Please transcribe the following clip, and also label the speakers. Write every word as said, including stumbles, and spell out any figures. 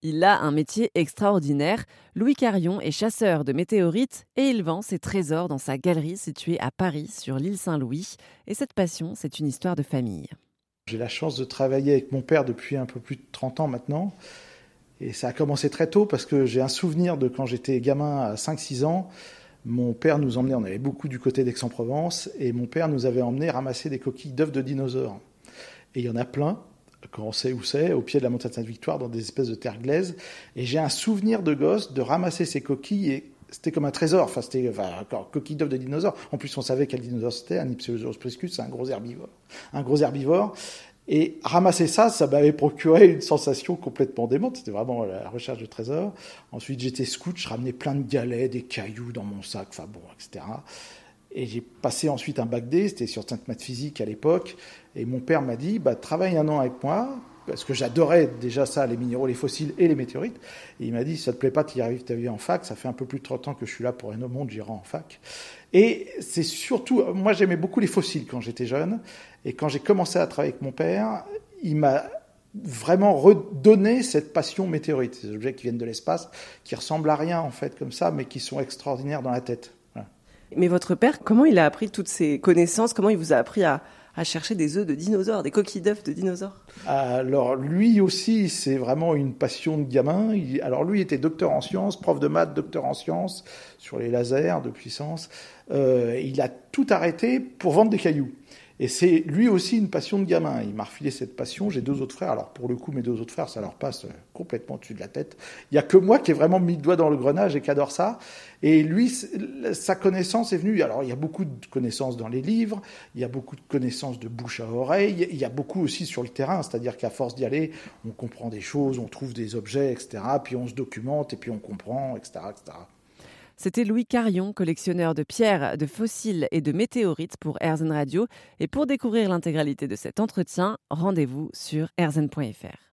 Speaker 1: Il a un métier extraordinaire. Louis Carion est chasseur de météorites et il vend ses trésors dans sa galerie située à Paris, sur l'île Saint-Louis. Et cette passion, c'est une histoire de famille.
Speaker 2: J'ai la chance de travailler avec mon père depuis un peu plus de trente ans maintenant. Et ça a commencé très tôt parce que j'ai un souvenir de quand j'étais gamin à cinq six ans. Mon père nous emmenait, on avait beaucoup du côté d'Aix-en-Provence, et mon père nous avait emmenés ramasser des coquilles d'œufs de dinosaures. Et il y en a plein, quand on sait où c'est, au pied de la montagne Sainte-Victoire, dans des espèces de terre glaise. Et j'ai un souvenir de gosse de ramasser ces coquilles, et c'était comme un trésor. Enfin, c'était enfin, encore coquilles d'œufs de dinosaures. En plus, on savait quel dinosaure c'était, un Hypsilophosaurus priscus, c'est un gros herbivore. Un gros herbivore. Et ramasser ça, ça m'avait procuré une sensation complètement démente. C'était vraiment la recherche de trésors. Ensuite, j'étais scout, je ramenais plein de galets, des cailloux dans mon sac, enfin bon, et cetera. Et j'ai passé ensuite un bac D, c'était sur cinq maths physique à l'époque. Et mon père m'a dit, bah, travaille un an avec moi, parce que j'adorais déjà ça, les minéraux, les fossiles et les météorites. Et il m'a dit, si ça te plaît pas, tu y arrives ta vie en fac. Ça fait un peu plus de trente ans que je suis là pour un autre monde, j'irai en fac. Et c'est surtout, moi j'aimais beaucoup les fossiles quand j'étais jeune. Et quand j'ai commencé à travailler avec mon père, il m'a vraiment redonné cette passion météorite. Ces objets qui viennent de l'espace, qui ressemblent à rien en fait comme ça, mais qui sont extraordinaires dans la tête. Voilà.
Speaker 3: Mais votre père, comment il a appris toutes ces connaissances? Comment il vous a appris à, à chercher des œufs de dinosaures, des coquilles d'œufs de dinosaures?
Speaker 2: Alors lui aussi, c'est vraiment une passion de gamin. Il, alors lui était docteur en sciences, prof de maths, docteur en sciences, sur les lasers de puissance. Euh, il a tout arrêté pour vendre des cailloux. Et c'est lui aussi une passion de gamin. Il m'a refilé cette passion. J'ai deux autres frères. Alors pour le coup, mes deux autres frères, ça leur passe complètement au-dessus de la tête. Il n'y a que moi qui ai vraiment mis le doigt dans le grenage et qui adore ça. Et lui, sa connaissance est venue. Alors il y a beaucoup de connaissances dans les livres. Il y a beaucoup de connaissances de bouche à oreille. Il y a beaucoup aussi sur le terrain. C'est-à-dire qu'à force d'y aller, on comprend des choses, on trouve des objets, et cetera. Puis on se documente et puis on comprend, et cetera, et cetera.
Speaker 1: C'était Louis Carion, collectionneur de pierres, de fossiles et de météorites pour AirZen Radio. Et pour découvrir l'intégralité de cet entretien, rendez-vous sur airzen point f r.